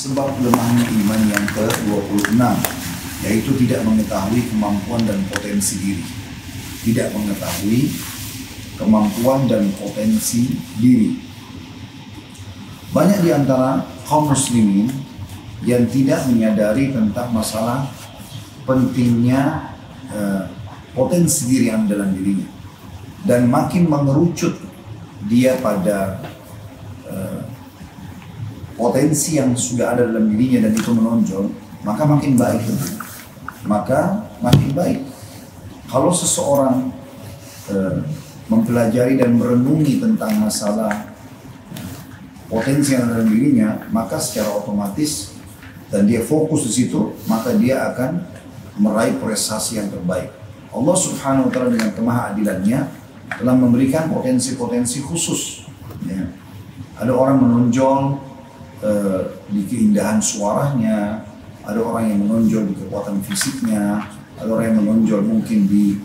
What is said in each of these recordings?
sebab lemahnya iman yang ke-26, yaitu tidak mengetahui kemampuan dan potensi diri. Tidak mengetahui kemampuan dan potensi diri. Banyak di antara kaum muslimin yang tidak menyadari tentang masalah pentingnya potensi diri yang dalam dirinya, dan makin mengerucut dia pada potensi yang sudah ada dalam dirinya dan itu menonjol, maka makin baik. Kalau seseorang mempelajari dan merenungi tentang masalah potensi yang ada dalam dirinya, maka secara otomatis dan dia fokus di situ, maka dia akan meraih prestasi yang terbaik. Allah Subhanahu wa Ta'ala dengan kemahaadilannya telah memberikan potensi-potensi khusus. Ya. Ada orang menonjol di keindahan suaranya, ada orang yang menonjol di kekuatan fisiknya, ada orang yang menonjol mungkin di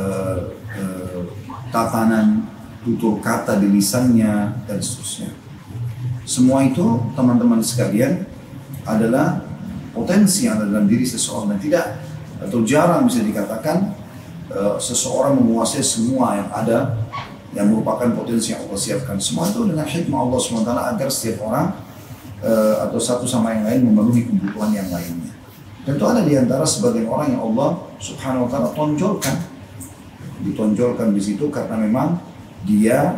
tatanan tutur kata di lisannya, dan seterusnya. Semua itu teman-teman sekalian adalah potensi yang ada dalam diri seseorang, dan tidak atau jarang bisa dikatakan seseorang menguasai semua yang ada yang merupakan potensi yang Allah siapkan. Semua itu dengan hikmah Allah SWT agar setiap orang atau satu sama yang lain memenuhi kebutuhan yang lainnya. Tentu ada di antara sebagian orang yang Allah Subhanahu wa Ta'ala ditonjolkan di situ karena memang dia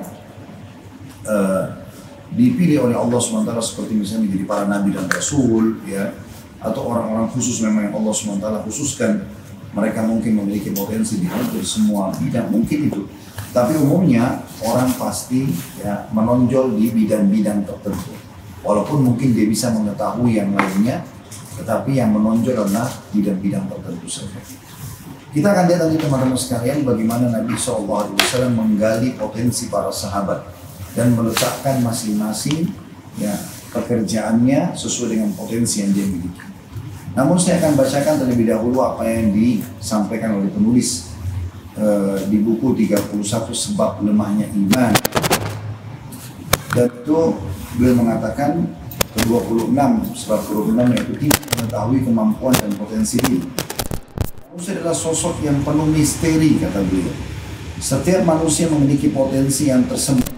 dipilih oleh Allah SWT seperti misalnya menjadi para nabi dan rasul, ya, atau orang-orang khusus memang yang Allah SWT khususkan. Mereka mungkin memiliki potensi di hampir semua bidang mungkin itu. Tapi umumnya orang pasti ya menonjol di bidang-bidang tertentu. Walaupun mungkin dia bisa mengetahui yang lainnya, tetapi yang menonjol adalah bidang-bidang tertentu saja. Kita akan lihat nanti teman-teman sekalian bagaimana Nabi SAW menggali potensi para sahabat dan meletakkan masing-masing ya pekerjaannya sesuai dengan potensi yang dia miliki. Namun saya akan bacakan terlebih dahulu apa yang disampaikan oleh penulis di buku 31 Sebab Lemahnya Iman. Dan itu beliau mengatakan ke-26 sebab ke-26 yaitu tidak mengetahui kemampuan dan potensi diri. Manusia adalah sosok yang penuh misteri, kata beliau. Setiap manusia memiliki potensi yang tersembunyi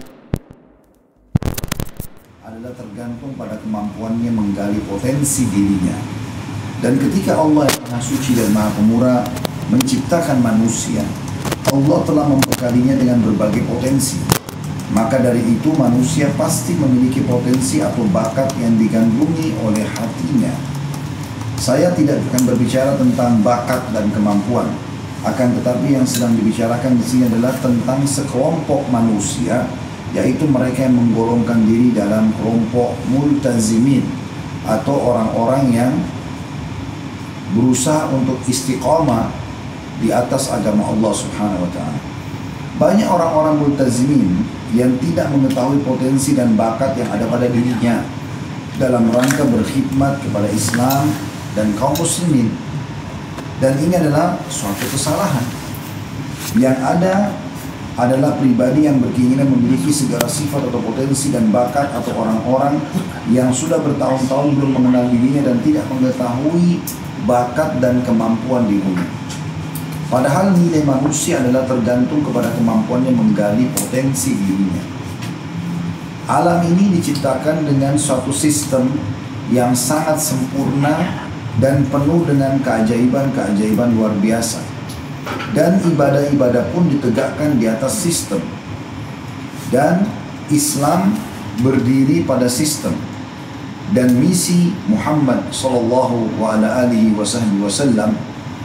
adalah tergantung pada kemampuannya menggali potensi dirinya. Dan ketika Allah yang Maha Suci dan Maha Pemurah menciptakan manusia, Allah telah membekalinya dengan berbagai potensi. Maka dari itu manusia pasti memiliki potensi atau bakat yang digandrungi oleh hatinya. Saya tidak akan berbicara tentang bakat dan kemampuan, akan tetapi yang sedang dibicarakan di sini adalah tentang sekelompok manusia, yaitu mereka yang menggolongkan diri dalam kelompok multazimin atau orang-orang yang berusaha untuk istiqamah di atas agama Allah Subhanahu wa Ta'ala. Banyak orang-orang multazimin yang tidak mengetahui potensi dan bakat yang ada pada dirinya dalam rangka berkhidmat kepada Islam dan kaum muslimin. Dan ini adalah suatu kesalahan. Yang ada adalah pribadi yang berkeinginan memiliki segala sifat atau potensi dan bakat, atau orang-orang yang sudah bertahun-tahun belum mengenal dirinya dan tidak mengetahui bakat dan kemampuan dirinya. Padahal nilai manusia adalah tergantung kepada kemampuannya menggali potensi dirinya. Alam ini diciptakan dengan suatu sistem yang sangat sempurna dan penuh dengan keajaiban-keajaiban luar biasa. Dan ibadah-ibadah pun ditegakkan di atas sistem. Dan Islam berdiri pada sistem. Dan misi Muhammad sallallahu alaihi wasallam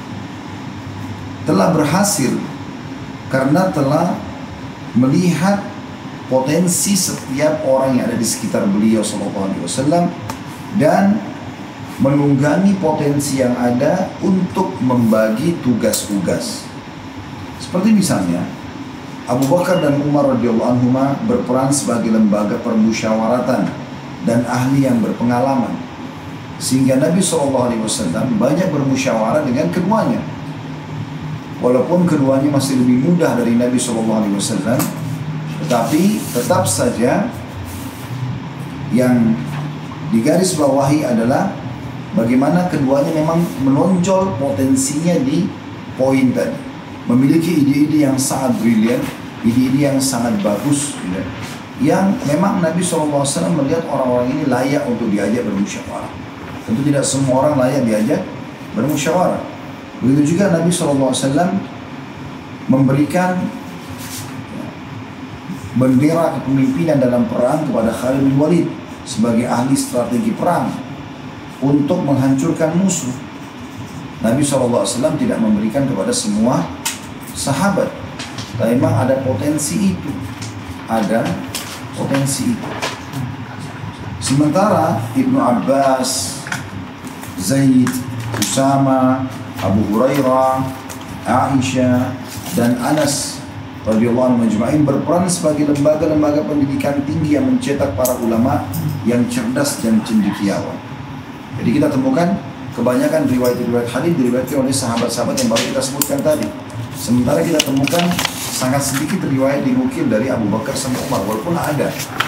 telah berhasil karena telah melihat potensi setiap orang yang ada di sekitar beliau sallallahu alaihi wasallam dan menunggangi potensi yang ada untuk membagi tugas-tugas. Seperti misalnya Abu Bakar dan Umar radhiyallahu anhuma berperan sebagai lembaga permusyawaratan dan ahli yang berpengalaman, sehingga Nabi SAW banyak bermusyawarah dengan keduanya. Walaupun keduanya masih lebih mudah dari Nabi SAW, tetapi tetap saja yang Di garis bawahi adalah bagaimana keduanya memang menonjol potensinya di poin tadi. Memiliki ide-ide yang sangat brilian, ide-ide yang sangat bagus, gitu. Yang memang Nabi SAW melihat orang-orang ini layak untuk diajak bermusyawarah. Tentu tidak semua orang layak diajak bermusyawarah. Begitu juga Nabi SAW memberikan bendera kepemimpinan dalam perang kepada Khalid bin Walid sebagai ahli strategi perang untuk menghancurkan musuh. Nabi SAW tidak memberikan kepada semua sahabat, tapi memang ada potensi itu, ada potensi itu. Sementara Ibnu Abbas, Zaid, Usama, Abu Hurairah, Aisyah, dan Anas radhiyallahu anhu majma'in berperan sebagai lembaga-lembaga pendidikan tinggi yang mencetak para ulama yang cerdas dan cendekiawan. Jadi kita temukan kebanyakan riwayat-riwayat hadis diriwayatkan oleh sahabat-sahabat yang baru kita sebutkan tadi. Sementara kita temukan sangat sedikit riwayat dinukil dari Abu Bakar sama Umar, walaupun ada.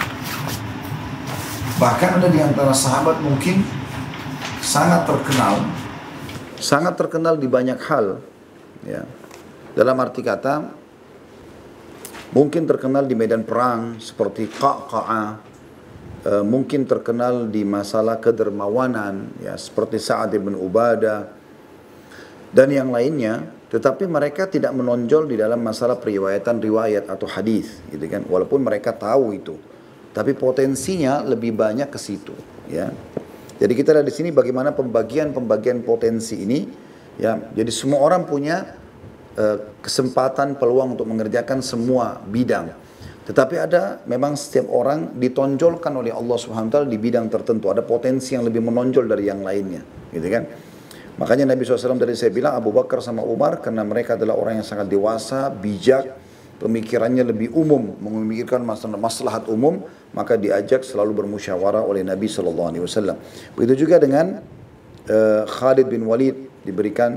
Bahkan ada di antara sahabat mungkin sangat terkenal di banyak hal, ya. Dalam arti kata, mungkin terkenal di medan perang seperti Qa'qa'ah, mungkin terkenal di masalah kedermawanan, ya, seperti Sa'ad bin Ubadah dan yang lainnya. Tetapi mereka tidak menonjol di dalam masalah periwayatan riwayat atau hadis, gitu kan? Walaupun mereka tahu itu, tapi potensinya lebih banyak ke situ, ya. Jadi kita lihat di sini bagaimana pembagian potensi ini, ya. Jadi semua orang punya kesempatan, peluang untuk mengerjakan semua bidang. Tetapi ada memang setiap orang ditonjolkan oleh Allah Subhanahu wa taala di bidang tertentu, ada potensi yang lebih menonjol dari yang lainnya, gitu kan? Makanya Nabi SAW tadi saya bilang Abu Bakar sama Umar karena mereka adalah orang yang sangat dewasa, bijak, pemikirannya lebih umum, memikirkan maslahat umum, maka diajak selalu bermusyawarah oleh Nabi SAW. Begitu juga dengan Khalid bin Walid diberikan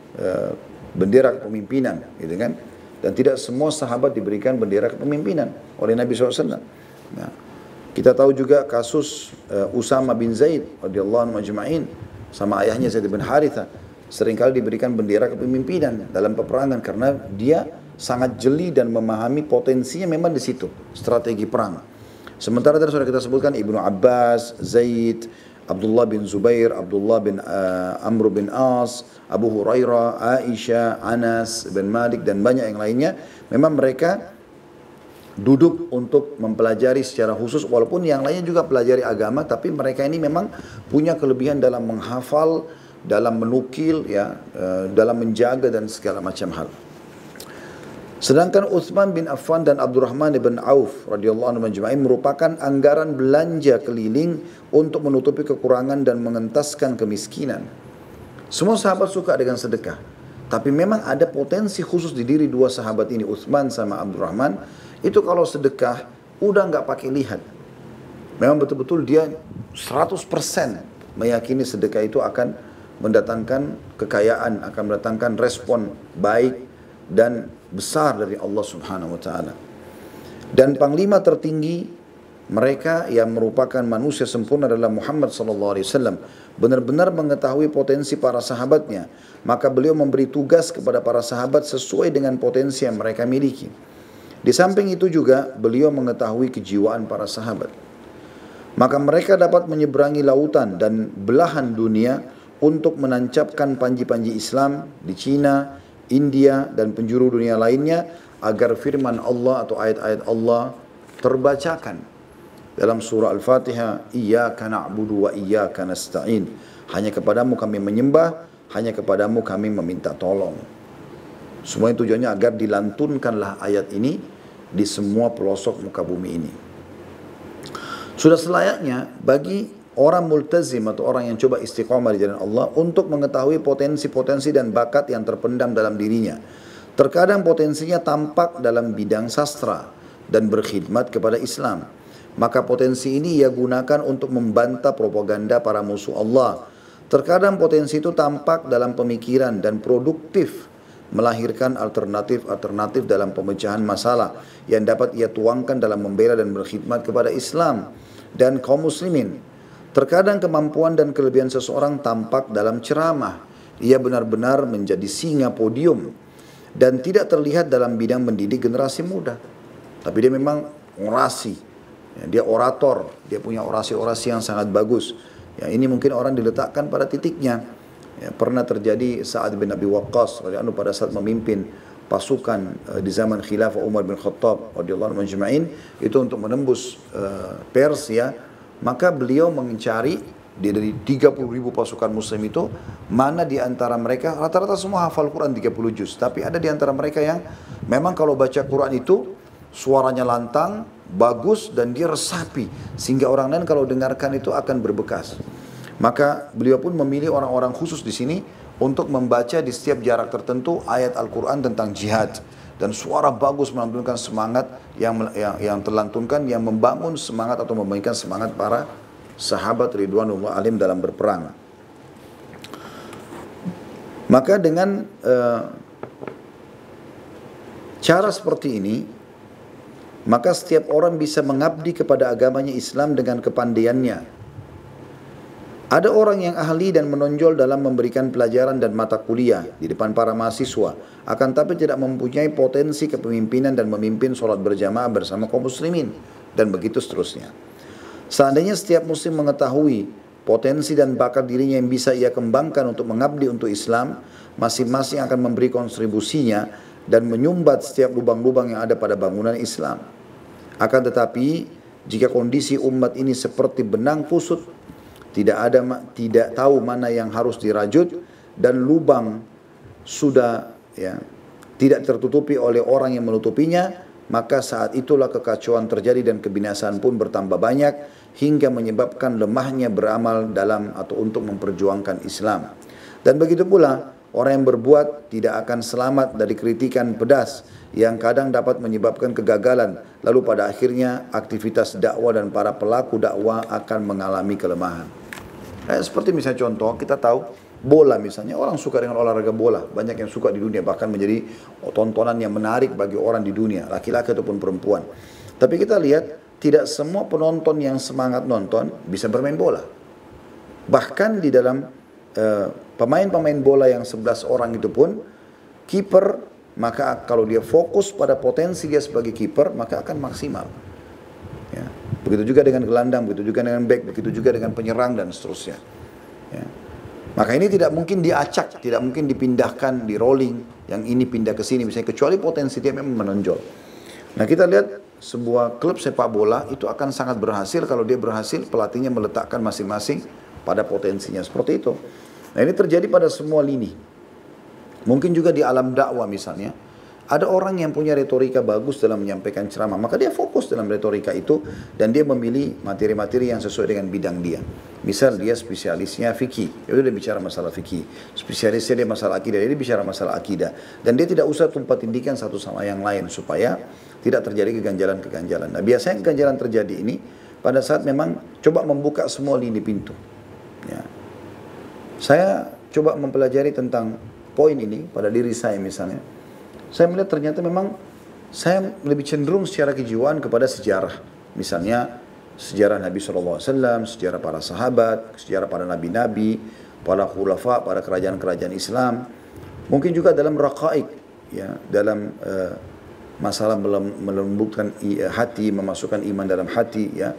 bendera kepemimpinan, gitu kan? Dan tidak semua sahabat diberikan bendera kepemimpinan oleh Nabi SAW. Nah, kita tahu juga kasus Usama bin Zaid radhiyallahu anhu majma'in sama ayahnya Zaid bin Haritha seringkali diberikan bendera kepemimpinan dalam peperangan karena dia sangat jeli dan memahami potensinya memang di situ strategi perang. Sementara tadi sudah kita sebutkan Ibnu Abbas, Zaid, Abdullah bin Zubair, Abdullah bin Amr bin As, Abu Hurairah, Aisyah, Anas bin Malik dan banyak yang lainnya. Memang mereka duduk untuk mempelajari secara khusus, walaupun yang lainnya juga pelajari agama, tapi mereka ini memang punya kelebihan dalam menghafal, dalam menukil, ya, dalam menjaga dan segala macam hal. Sedangkan Utsman bin Affan dan Abdurrahman bin Auf radhiyallahu anhu majma'in merupakan anggaran belanja keliling untuk menutupi kekurangan dan mengentaskan kemiskinan. Semua sahabat suka dengan sedekah, tapi memang ada potensi khusus di diri dua sahabat ini, Utsman sama Abdurrahman. Itu kalau sedekah udah nggak pakai lihat. Memang betul-betul dia 100% meyakini sedekah itu akan mendatangkan kekayaan, akan mendatangkan respon baik dan besar dari Allah Subhanahu wa taala. Dan panglima tertinggi mereka yang merupakan manusia sempurna adalah Muhammad sallallahu alaihi wasallam, benar-benar mengetahui potensi para sahabatnya, maka beliau memberi tugas kepada para sahabat sesuai dengan potensi yang mereka miliki. Di samping itu juga beliau mengetahui kejiwaan para sahabat. Maka mereka dapat menyeberangi lautan dan belahan dunia untuk menancapkan panji-panji Islam di Cina, India dan penjuru dunia lainnya agar firman Allah atau ayat-ayat Allah terbacakan. Dalam surah Al-Fatihah, Iyyaka na'budu wa iyyaka nasta'in. Hanya kepadamu kami menyembah, hanya kepadamu kami meminta tolong. Semua tujuannya agar dilantunkanlah ayat ini di semua pelosok muka bumi ini. Sudah selayaknya bagi orang multazim atau orang yang coba istiqamah di jalan Allah untuk mengetahui potensi-potensi dan bakat yang terpendam dalam dirinya. Terkadang potensinya tampak dalam bidang sastra dan berkhidmat kepada Islam. Maka potensi ini ia gunakan untuk membantah propaganda para musuh Allah. Terkadang potensi itu tampak dalam pemikiran dan produktif, melahirkan alternatif-alternatif dalam pemecahan masalah yang dapat ia tuangkan dalam membela dan berkhidmat kepada Islam dan kaum muslimin. Terkadang kemampuan dan kelebihan seseorang tampak dalam ceramah. Ia benar-benar menjadi singa podium dan tidak terlihat dalam bidang mendidik generasi muda. Tapi dia memang orasi, ya, dia orator, dia punya orasi-orasi yang sangat bagus. Ya, ini mungkin orang diletakkan pada titiknya. Ya, pernah terjadi Sa'ad bin Abi Waqqas radhiyallahu pada saat memimpin pasukan di zaman khilafah Umar bin Khattab radhiyallahu anhu majma'in itu untuk menembus Persia, maka beliau mencari dari 30.000 pasukan muslim itu, mana di antara mereka, rata-rata semua hafal Quran 30 juz, tapi ada di antara mereka yang memang kalau baca Quran itu suaranya lantang, bagus, dan dia resapi, sehingga orang lain kalau dengarkan itu akan berbekas. Maka beliau pun memilih orang-orang khusus di sini untuk membaca di setiap jarak tertentu ayat Al-Quran tentang jihad. Dan suara bagus melantunkan semangat yang terlantunkan, yang membangun semangat atau memberikan semangat para sahabat ridwanullah alim dalam berperang. Maka dengan cara seperti ini, maka setiap orang bisa mengabdi kepada agamanya Islam dengan kepandaiannya. Ada orang yang ahli dan menonjol dalam memberikan pelajaran dan mata kuliah di depan para mahasiswa, akan tapi tidak mempunyai potensi kepemimpinan dan memimpin sholat berjamaah bersama kaum muslimin, dan begitu seterusnya. Seandainya setiap muslim mengetahui potensi dan bakat dirinya yang bisa ia kembangkan untuk mengabdi untuk Islam, masing-masing akan memberi kontribusinya dan menyumbat setiap lubang-lubang yang ada pada bangunan Islam. Akan tetapi, jika kondisi umat ini seperti benang kusut, tidak tahu mana yang harus dirajut, dan lubang sudah tidak tertutupi oleh orang yang menutupinya, maka saat itulah kekacauan terjadi dan kebinasaan pun bertambah banyak hingga menyebabkan lemahnya beramal dalam atau untuk memperjuangkan Islam. Dan begitu pula orang yang berbuat tidak akan selamat dari kritikan pedas yang kadang dapat menyebabkan kegagalan, lalu pada akhirnya aktivitas dakwah dan para pelaku dakwah akan mengalami kelemahan. Seperti misalnya contoh, kita tahu bola misalnya, orang suka dengan olahraga bola, banyak yang suka di dunia, bahkan menjadi tontonan yang menarik bagi orang di dunia, laki-laki ataupun perempuan. Tapi kita lihat, tidak semua penonton yang semangat nonton bisa bermain bola. Bahkan di dalam pemain-pemain bola yang 11 orang itu pun, kiper, maka kalau dia fokus pada potensi dia sebagai kiper, maka akan maksimal. Ya. Begitu juga dengan gelandang, begitu juga dengan back, begitu juga dengan penyerang dan seterusnya. Ya. Maka ini tidak mungkin diacak, tidak mungkin dipindahkan, di rolling, yang ini pindah ke sini misalnya, kecuali potensi dia memang menonjol. Nah, kita lihat sebuah klub sepak bola itu akan sangat berhasil kalau dia berhasil pelatihnya meletakkan masing-masing pada potensinya, seperti itu. Nah, ini terjadi pada semua lini. Mungkin juga di alam dakwah misalnya, ada orang yang punya retorika bagus dalam menyampaikan ceramah, maka dia fokus dalam retorika itu dan dia memilih materi-materi yang sesuai dengan bidang dia. Misal dia spesialisnya fikih, dia bicara masalah fikih. Spesialisnya dia masalah akidah, dia bicara masalah akidah. Dan dia tidak usah tumpah tindikan satu sama yang lain supaya tidak terjadi keganjalan-keganjalan. Nah, biasanya keganjalan terjadi ini pada saat memang coba membuka semua lini pintu. Ya. Saya coba mempelajari tentang poin ini pada diri saya misalnya. Saya melihat ternyata memang saya lebih cenderung secara kejiwaan kepada sejarah. Misalnya sejarah Nabi SAW, sejarah para sahabat, sejarah para nabi-nabi, para khulafa, para kerajaan-kerajaan Islam. Mungkin juga dalam raqaik, ya, dalam masalah melembutkan hati, memasukkan iman dalam hati, ya.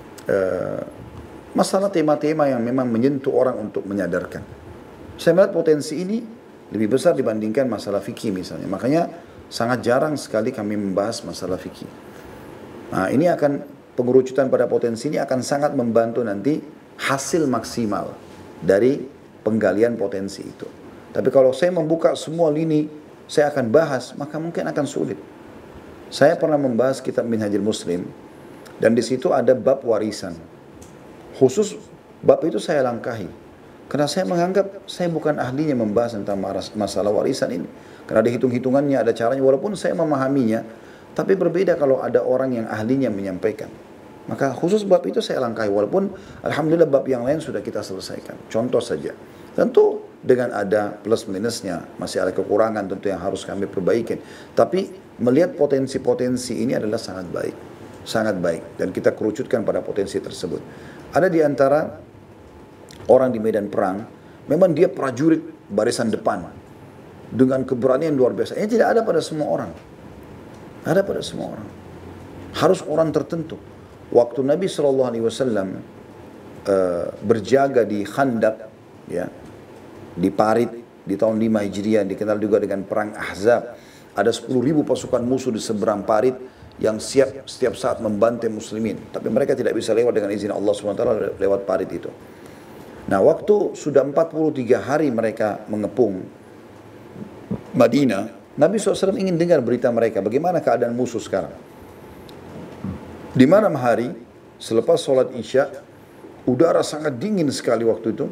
Masalah tema-tema yang memang menyentuh orang untuk menyadarkan. Saya melihat potensi ini lebih besar dibandingkan masalah fikih misalnya. Makanya sangat jarang sekali kami membahas masalah fikih. Nah, ini akan pengerucutan pada potensi ini akan sangat membantu nanti hasil maksimal dari penggalian potensi itu. Tapi kalau saya membuka semua lini, saya akan bahas, maka mungkin akan sulit. Saya pernah membahas kitab Minhajul Muslim dan di situ ada bab warisan. Khusus bab itu saya langkahi. Karena saya menganggap saya bukan ahlinya membahas tentang masalah warisan ini. Karena ada hitung-hitungannya, ada caranya, walaupun saya memahaminya, tapi berbeda kalau ada orang yang ahlinya menyampaikan. Maka khusus bab itu saya langkahi, walaupun alhamdulillah bab yang lain sudah kita selesaikan. Contoh saja. Tentu dengan ada plus minusnya, masih ada kekurangan tentu yang harus kami perbaikin. Tapi melihat potensi-potensi ini adalah sangat baik. Sangat baik. Dan kita kerucutkan pada potensi tersebut. Ada di antara orang di medan perang, memang dia prajurit barisan depan dengan keberanian luar biasa. Ini tidak ada pada semua orang. Ada pada semua orang. Harus orang tertentu. Waktu Nabi SAW berjaga di Khandaq, ya, di Parit di tahun 5 Hijriah, dikenal juga dengan perang Ahzab. Ada 10.000 pasukan musuh di seberang Parit yang siap setiap saat membantai muslimin. Tapi mereka tidak bisa lewat dengan izin Allah SWT lewat Parit itu. Nah, waktu sudah 43 hari mereka mengepung Madinah, Nabi SAW ingin dengar berita mereka, bagaimana keadaan musuh sekarang. Di malam hari, selepas sholat Isya, udara sangat dingin sekali waktu itu.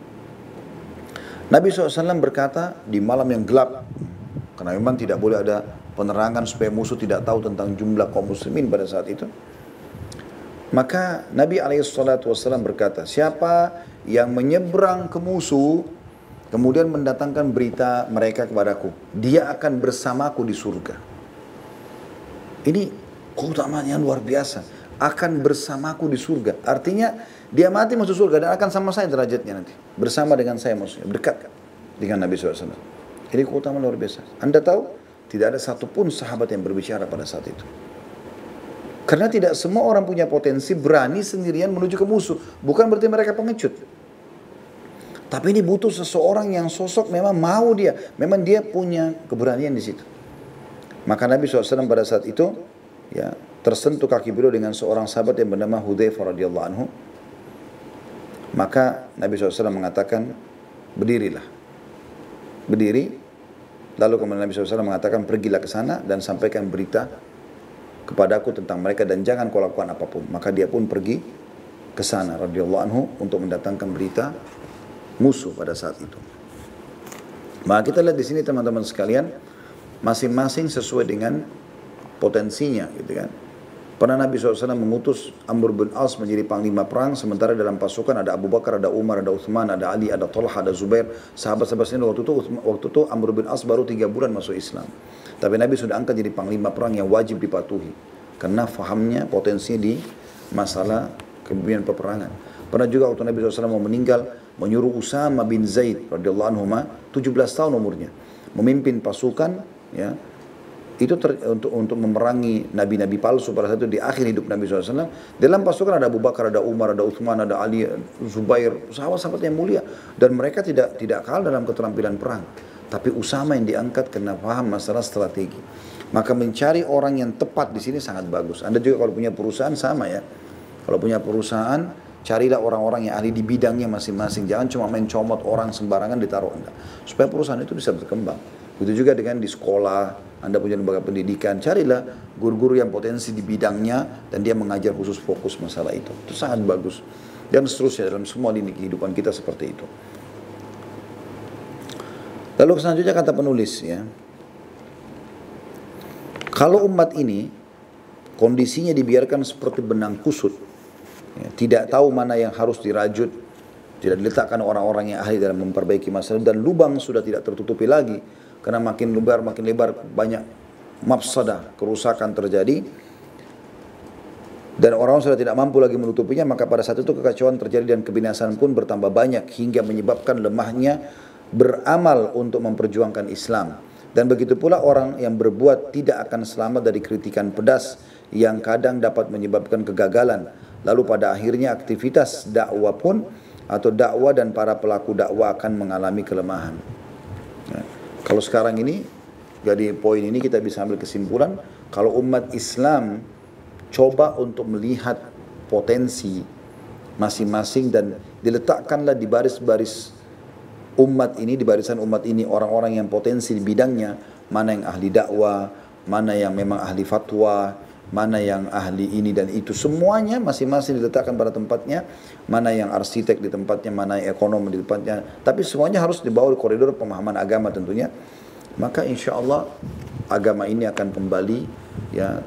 Nabi SAW berkata di malam yang gelap, karena memang tidak boleh ada penerangan supaya musuh tidak tahu tentang jumlah kaum muslimin pada saat itu. Maka Nabi SAW berkata, siapa yang menyeberang ke musuh, kemudian mendatangkan berita mereka kepadaku, dia akan bersamaku di surga. Ini keutamaan yang luar biasa. Akan bersamaku di surga. Artinya dia mati masuk surga dan akan sama saya derajatnya nanti. Bersama dengan saya maksudnya. Dekat dengan Nabi SAW. Ini keutamaan luar biasa. Anda tahu, tidak ada satupun sahabat yang berbicara pada saat itu. Karena tidak semua orang punya potensi berani sendirian menuju ke musuh. Bukan berarti mereka pengecut. Tapi ini butuh seseorang yang sosok memang mau dia. Memang dia punya keberanian di situ. Maka Nabi SAW pada saat itu, ya, tersentuh kaki beliau dengan seorang sahabat yang bernama Hudzaifah radhiyallahu anhu. Maka Nabi SAW mengatakan, berdirilah. Berdiri. Lalu kemudian Nabi SAW mengatakan, pergilah ke sana dan sampaikan berita kepadaku tentang mereka dan jangan kau lakukan apapun. Maka dia pun pergi ke sana radhiyallahu anhu untuk mendatangkan berita musuh pada saat itu. Maka kita lihat di sini teman-teman sekalian, masing-masing sesuai dengan potensinya, gitu kan. Pernah Nabi SAW mengutus Amr bin As menjadi panglima perang, sementara dalam pasukan ada Abu Bakar, ada Umar, ada Uthman, ada Ali, ada Talha, ada Zubair. Sahabat-sahabat ini waktu itu Amr bin As baru 3 bulan masuk Islam. Tapi Nabi sudah angkat jadi panglima perang yang wajib dipatuhi. Karena fahamnya, potensinya di masalah kepemimpinan peperangan. Pernah juga waktu Nabi SAW mau meninggal, menyuruh Usama bin Zaid radhiyallahu anhu 17 tahun umurnya, memimpin pasukan, ya, itu untuk memerangi nabi-nabi palsu pada saat itu di akhir hidup Nabi SAW. Dalam pasukan ada Abu Bakar, ada Umar, ada Uthman, ada Ali, Zubair, sahabat-sahabat yang mulia. Dan mereka tidak kalah dalam keterampilan perang. Tapi Usama yang diangkat karena paham masalah strategi. Maka mencari orang yang tepat di sini sangat bagus. Anda juga kalau punya perusahaan sama ya. Kalau punya perusahaan, carilah orang-orang yang ahli di bidangnya masing-masing. Jangan cuma main comot orang sembarangan ditaruh Anda. Supaya perusahaan itu bisa berkembang. Begitu juga dengan di sekolah, Anda punya lembaga pendidikan, carilah guru-guru yang potensi di bidangnya dan dia mengajar khusus fokus masalah itu. Itu sangat bagus. Dan seterusnya dalam semua lini kehidupan kita seperti itu. Lalu selanjutnya kata penulis, ya. Kalau umat ini kondisinya dibiarkan seperti benang kusut, ya, tidak tahu mana yang harus dirajut, tidak diletakkan orang-orang yang ahli dalam memperbaiki masalah, dan lubang sudah tidak tertutupi lagi, karena makin lebar banyak mafsadah, kerusakan terjadi, dan orang sudah tidak mampu lagi menutupinya, maka pada saat itu kekacauan terjadi dan kebinasaan pun bertambah banyak hingga menyebabkan lemahnya beramal untuk memperjuangkan Islam. Dan begitu pula orang yang berbuat tidak akan selamat dari kritikan pedas yang kadang dapat menyebabkan kegagalan. Lalu pada akhirnya aktivitas dakwah pun atau dakwah dan para pelaku dakwah akan mengalami kelemahan. Ya. Kalau sekarang ini dari poin ini kita bisa ambil kesimpulan, kalau umat Islam coba untuk melihat potensi masing-masing dan diletakkanlah di baris-baris umat ini, di barisan umat ini orang-orang yang potensi di bidangnya, mana yang ahli dakwah, mana yang memang ahli fatwa, mana yang ahli ini dan itu, semuanya masing-masing diletakkan pada tempatnya, mana yang arsitek di tempatnya, mana yang ekonom di tempatnya, tapi semuanya harus dibawa di koridor pemahaman agama tentunya. Maka insya Allah agama ini akan kembali, ya,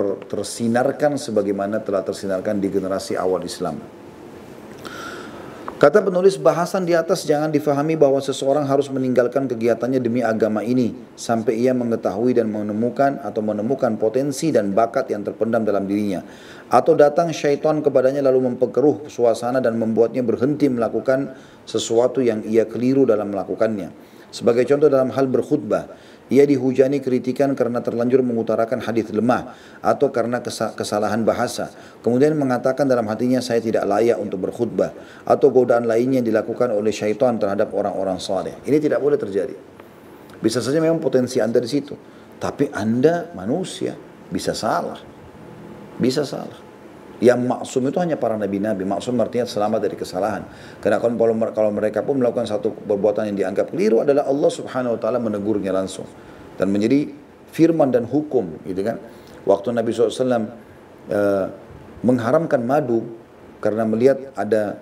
tersinarkan sebagaimana telah tersinarkan di generasi awal Islam. Kata penulis, bahasan di atas jangan difahami bahwa seseorang harus meninggalkan kegiatannya demi agama ini sampai ia mengetahui dan menemukan potensi dan bakat yang terpendam dalam dirinya, atau datang syaitan kepadanya lalu memperkeruh suasana dan membuatnya berhenti melakukan sesuatu yang ia keliru dalam melakukannya. Sebagai contoh dalam hal berkhutbah, ia dihujani kritikan karena terlanjur mengutarakan hadis lemah atau karena kesalahan bahasa. Kemudian mengatakan dalam hatinya, saya tidak layak untuk berkhutbah, atau godaan lainnya yang dilakukan oleh syaitan terhadap orang-orang saleh. Ini tidak boleh terjadi. Bisa saja memang potensi Anda di situ, tapi Anda manusia, bisa salah. Bisa salah. Yang maksum itu hanya para nabi-nabi. Maksum artinya selamat dari kesalahan. Karena kalau mereka pun melakukan satu perbuatan yang dianggap keliru, adalah Allah subhanahu wa ta'ala menegurnya langsung. Dan menjadi firman dan hukum, gitu kan. Waktu Nabi SAW mengharamkan madu karena melihat ada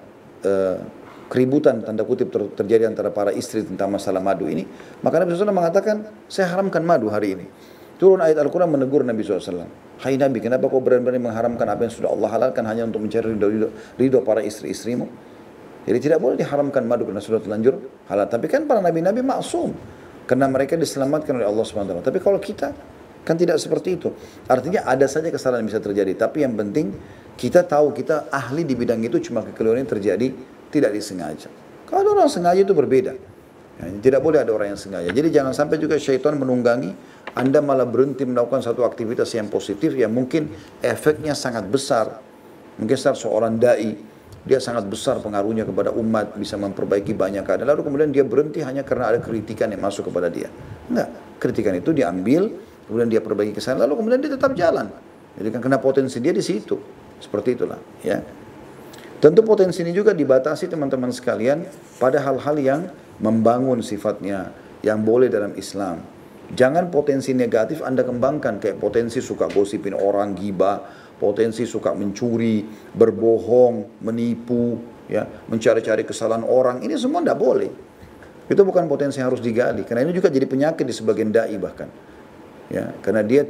keributan tanda kutip terjadi antara para istri tentang masalah madu ini, maka Nabi SAW mengatakan, saya haramkan madu hari ini. Turun ayat Al-Quran menegur Nabi SAW. Hai Nabi, kenapa kau berani-berani mengharamkan apa yang sudah Allah halalkan hanya untuk mencari ridho para istri-istrimu? Jadi tidak boleh diharamkan madu karena sudah terlanjur halal. Tapi kan para nabi-nabi maksum, karena mereka diselamatkan oleh Allah SWT. Tapi kalau kita, kan tidak seperti itu. Artinya ada saja kesalahan yang bisa terjadi. Tapi yang penting kita tahu kita ahli di bidang itu, cuma kekeliruan yang terjadi tidak disengaja. Kalau ada orang sengaja itu berbeda. Ya, tidak boleh ada orang yang sengaja. Jadi jangan sampai juga syaitan menunggangi Anda malah berhenti melakukan satu aktivitas yang positif yang mungkin efeknya sangat besar. Mungkin seorang dai, dia sangat besar pengaruhnya kepada umat, bisa memperbaiki banyak keadaan. Lalu kemudian dia berhenti hanya karena ada kritikan yang masuk kepada dia. Enggak, kritikan itu diambil, kemudian dia perbaiki kesalahan, lalu kemudian dia tetap jalan. Jadi kan kena potensi dia di situ. Seperti itulah, ya. Tentu potensi ini juga dibatasi teman-teman sekalian pada hal-hal yang membangun sifatnya, yang boleh dalam Islam. Jangan potensi negatif Anda kembangkan, kayak potensi suka gosipin orang, ghibah, potensi suka mencuri, berbohong, menipu, ya, mencari-cari kesalahan orang. Ini semua tidak boleh. Itu bukan potensi yang harus digali, karena ini juga jadi penyakit di sebagian dai bahkan. Ya, karena dia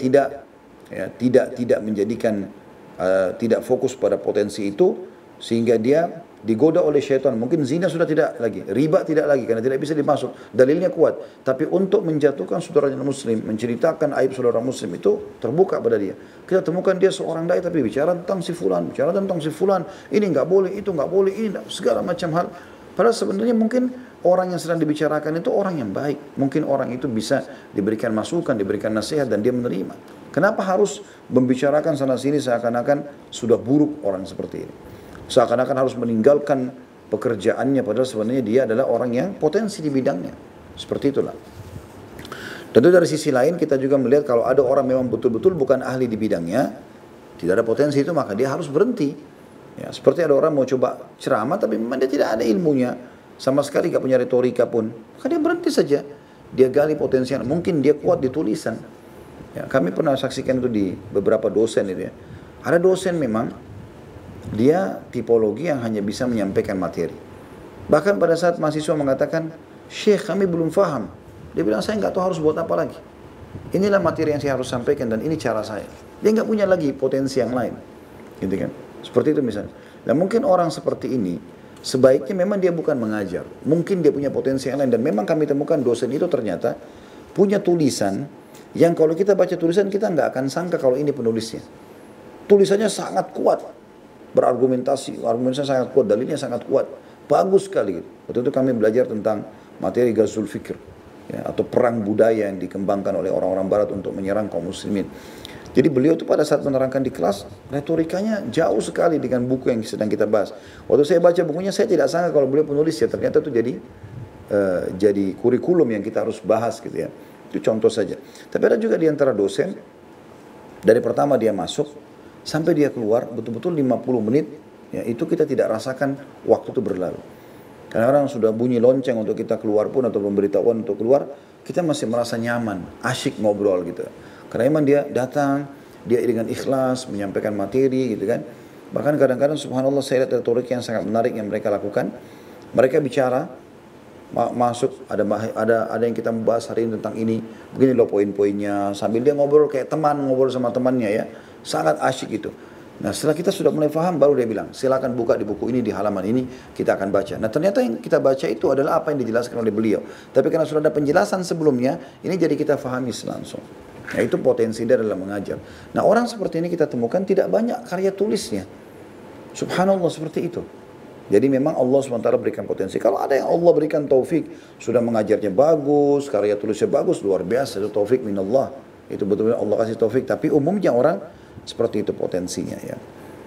tidak menjadikan tidak fokus pada potensi itu, sehingga dia digoda oleh syaitan. Mungkin zina sudah tidak lagi, riba tidak lagi, karena tidak bisa dimasuk, dalilnya kuat. Tapi untuk menjatuhkan saudaranya muslim, menceritakan aib saudara muslim, itu terbuka pada dia. Kita temukan dia seorang dai tapi bicara tentang si fulan, ini nggak boleh, itu nggak boleh, ini segala macam hal. Padahal sebenarnya mungkin orang yang sedang dibicarakan itu orang yang baik. Mungkin orang itu bisa diberikan masukan, diberikan nasihat, dan dia menerima. Kenapa harus membicarakan sana sini seakan-akan sudah buruk orang seperti ini? Seakan-akan harus meninggalkan pekerjaannya, padahal sebenarnya dia adalah orang yang potensi di bidangnya. Seperti itulah. Tentu dari sisi lain kita juga melihat kalau ada orang memang betul-betul bukan ahli di bidangnya, tidak ada potensi itu, maka dia harus berhenti. Ya, seperti ada orang mau coba ceramah tapi memang dia tidak ada ilmunya, sama sekali gak punya retorika pun, maka dia berhenti saja. Dia gali potensinya, mungkin dia kuat di tulisan. Ya, kami pernah saksikan itu di beberapa dosen itu ya. Ada dosen memang dia tipologi yang hanya bisa menyampaikan materi. Bahkan pada saat mahasiswa mengatakan, Syekh kami belum faham, dia bilang saya nggak tahu harus buat apa lagi. Inilah materi yang saya harus sampaikan dan ini cara saya. Dia nggak punya lagi potensi yang lain, gitu kan? Seperti itu misalnya. Dan mungkin orang seperti ini sebaiknya memang dia bukan mengajar. Mungkin dia punya potensi yang lain, dan memang kami temukan dosen itu ternyata punya tulisan yang kalau kita baca tulisan kita nggak akan sangka kalau ini penulisnya. Tulisannya sangat kuat. Berargumentasi, argumentasinya sangat kuat, dalilnya sangat kuat, bagus sekali. Waktu itu kami belajar tentang materi Ghazul Fikr, ya, atau perang budaya yang dikembangkan oleh orang-orang Barat untuk menyerang kaum muslimin. Jadi beliau itu pada saat menerangkan di kelas, retorikanya jauh sekali dengan buku yang sedang kita bahas. Waktu saya baca bukunya, saya tidak sangka kalau beliau penulis, ya ternyata itu jadi kurikulum yang kita harus bahas gitu ya. Itu contoh saja. Tapi ada juga di antara dosen, dari pertama dia masuk sampai dia keluar betul-betul 50 menit, ya, itu kita tidak rasakan waktu itu berlalu. Karena orang sudah bunyi lonceng untuk kita keluar pun, atau pemberitahuan untuk keluar, kita masih merasa nyaman, asyik ngobrol gitu. Karena memang dia datang, dia dengan ikhlas menyampaikan materi gitu kan. Bahkan kadang-kadang subhanallah saya lihat retorik yang sangat menarik yang mereka lakukan. Mereka bicara, masuk ada yang kita membahas hari ini tentang ini, begini loh poin-poinnya, sambil dia ngobrol kayak teman, ngobrol sama temannya ya. Sangat asyik itu. Nah setelah kita sudah mulai paham, baru dia bilang, silakan buka di buku ini, di halaman ini, kita akan baca. Nah ternyata yang kita baca itu adalah apa yang dijelaskan oleh beliau. Tapi karena sudah ada penjelasan sebelumnya, ini jadi kita fahami langsung. Nah itu potensi dia dalam mengajar. Nah orang seperti ini kita temukan tidak banyak karya tulisnya. Subhanallah seperti itu. Jadi memang Allah SWT berikan potensi. Kalau ada yang Allah berikan taufik, sudah mengajarnya bagus, karya tulisnya bagus, luar biasa. Itu taufik minallah. Itu betul-betul Allah kasih taufik. Tapi umumnya orang seperti itu potensinya ya.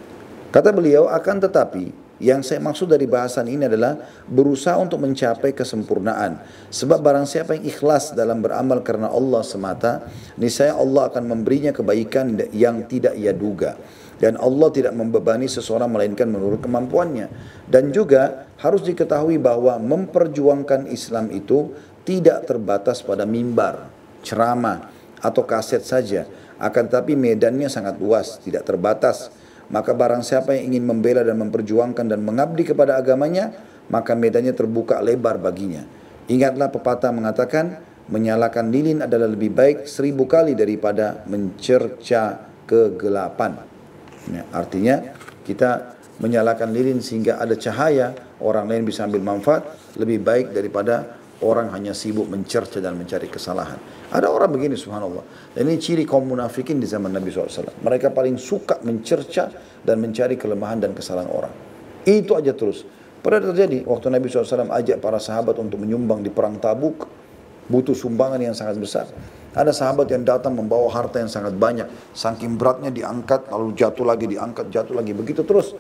Kata beliau, akan tetapi yang saya maksud dari bahasan ini adalah berusaha untuk mencapai kesempurnaan. Sebab barang siapa yang ikhlas dalam beramal karena Allah semata, niscaya Allah akan memberinya kebaikan yang tidak ia duga. Dan Allah tidak membebani seseorang melainkan menurut kemampuannya. Dan juga harus diketahui bahwa memperjuangkan Islam itu tidak terbatas pada mimbar, ceramah, atau kaset saja. Akan tetapi medannya sangat luas, tidak terbatas. Maka barang siapa yang ingin membela dan memperjuangkan dan mengabdi kepada agamanya, maka medannya terbuka lebar baginya. Ingatlah pepatah mengatakan, menyalakan lilin adalah lebih baik 1000 kali daripada mencerca kegelapan. Ya, artinya kita menyalakan lilin sehingga ada cahaya, orang lain bisa ambil manfaat, lebih baik daripada orang hanya sibuk mencerca dan mencari kesalahan. Ada orang begini subhanallah. Dan ini ciri kaum munafikin di zaman Nabi SAW. Mereka paling suka mencerca dan mencari kelemahan dan kesalahan orang. Itu aja terus. Pernah terjadi waktu Nabi SAW ajak para sahabat untuk menyumbang di perang Tabuk. Butuh sumbangan yang sangat besar. Ada sahabat yang datang membawa harta yang sangat banyak. Saking beratnya diangkat, lalu jatuh lagi, diangkat, jatuh lagi. Begitu terus.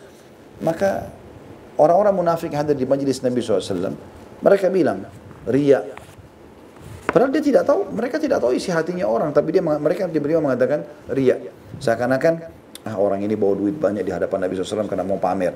Maka orang-orang munafik yang hadir di majlis Nabi SAW, mereka bilang, riya. Padahal dia tidak tahu, mereka tidak tahu isi hatinya orang, tapi mereka tiba-tiba mengatakan riya. Seakan-akan orang ini bawa duit banyak di hadapan Nabi SAW karena mau pamer.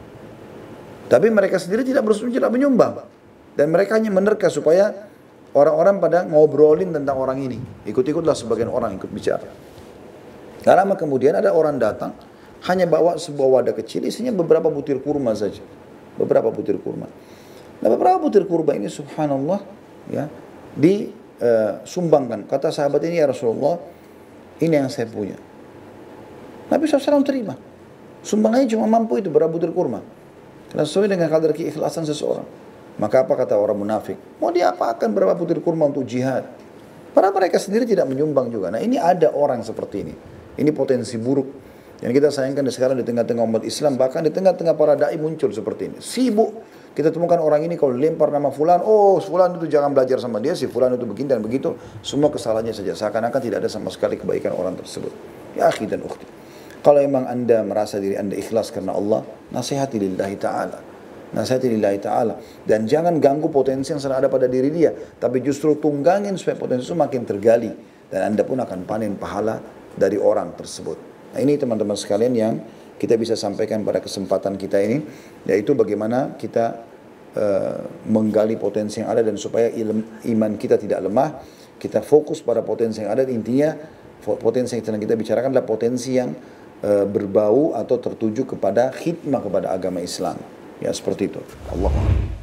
Tapi mereka sendiri tidak menyumbang. Dan mereka hanya menerka supaya orang-orang pada ngobrolin tentang orang ini. Ikut-ikutlah sebagian orang ikut bicara. Gak lama kemudian ada orang datang, hanya bawa sebuah wadah kecil, isinya beberapa butir kurma saja. Beberapa butir kurma. Nah beberapa butir kurma ini subhanallah ya disumbangkan. Kata sahabat ini, ya Rasulullah, ini yang saya punya. Nabi SAW terima. Sumbangannya cuma mampu itu berapa butir kurma. Karena sesuai dengan kadar keikhlasan seseorang. Maka apa kata orang munafik? Mau diapakan berapa butir kurma untuk jihad? Padahal mereka sendiri tidak menyumbang juga. Nah ini ada orang seperti ini. Ini potensi buruk. Yang kita sayangkan sekarang di tengah-tengah umat Islam, bahkan di tengah-tengah para da'i muncul seperti ini. Sibuk. Kita temukan orang ini kalau lempar nama fulan, oh fulan itu jangan belajar sama dia, si fulan itu begini dan begitu. Semua kesalahannya saja. Seakan-akan tidak ada sama sekali kebaikan orang tersebut. Ya akhi dan ukhti. Kalau memang anda merasa diri anda ikhlas karena Allah, nasihati lillahi ta'ala. Nasihati lillahi ta'ala. Dan jangan ganggu potensi yang sedang ada pada diri dia. Tapi justru tunggangin supaya potensi itu makin tergali. Dan anda pun akan panen pahala dari orang tersebut. Nah ini teman-teman sekalian yang kita bisa sampaikan pada kesempatan kita ini. Yaitu bagaimana kita menggali potensi yang ada. Dan supaya iman kita tidak lemah. Kita fokus pada potensi yang ada. Intinya potensi yang sedang kita bicarakan adalah potensi yang berbau atau tertuju kepada khidmah kepada agama Islam. Ya seperti itu. Allah.